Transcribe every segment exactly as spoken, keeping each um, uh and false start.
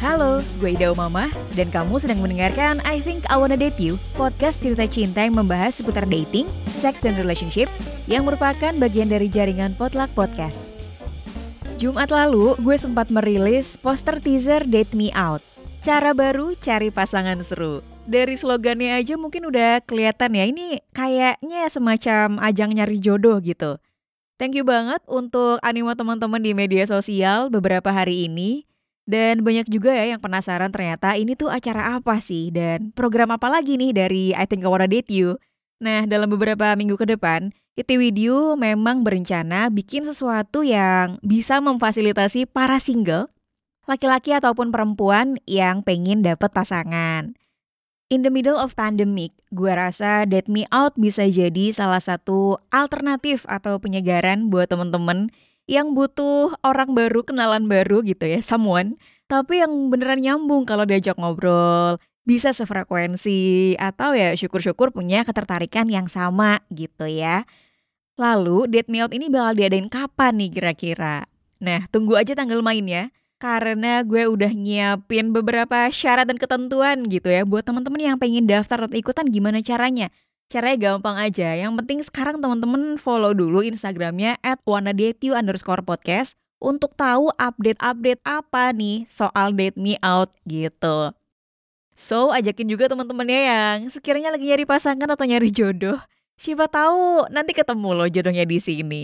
Halo, gue Ida Umamah dan kamu sedang mendengarkan I Think I Wanna Date You, podcast cerita cinta yang membahas seputar dating, seks, dan relationship yang merupakan bagian dari jaringan Potluck Podcast. Jumat lalu, gue sempat merilis poster teaser Date Me Out. Cara baru cari pasangan seru. Dari slogannya aja mungkin udah kelihatan ya, ini kayaknya semacam ajang nyari jodoh gitu. Thank you banget untuk animo teman-teman di media sosial beberapa hari ini. Dan banyak juga ya yang penasaran ternyata ini tuh acara apa sih dan program apa lagi nih dari I Think I Wanna Date You. Nah, dalam beberapa minggu ke depan, I T Video memang berencana bikin sesuatu yang bisa memfasilitasi para single, laki-laki ataupun perempuan yang pengen dapet pasangan. In the middle of pandemic, gue rasa Date Me Out bisa jadi salah satu alternatif atau penyegaran buat temen-temen yang butuh orang baru, kenalan baru gitu ya, someone. Tapi yang beneran nyambung kalau diajak ngobrol, bisa sefrekuensi, atau ya syukur-syukur punya ketertarikan yang sama gitu ya. Lalu Date Me Out ini bakal diadain kapan nih kira-kira? Nah, tunggu aja tanggal mainnya. Karena gue udah nyiapin beberapa syarat dan ketentuan gitu ya buat teman-teman yang pengen daftar atau ikutan gimana caranya. Caranya gampang aja, yang penting sekarang teman-teman follow dulu Instagramnya at wannadateyou underscore podcast untuk tahu update-update apa nih soal Date Me Out gitu. So, ajakin juga teman-temannya yang sekiranya lagi nyari pasangan atau nyari jodoh. Siapa tahu nanti ketemu loh jodohnya di sini.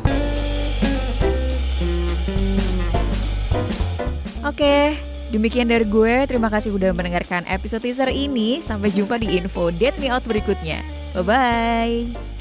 Oke, demikian dari gue. Terima kasih udah mendengarkan episode teaser ini. Sampai jumpa di info Date Me Out berikutnya. Bye-bye.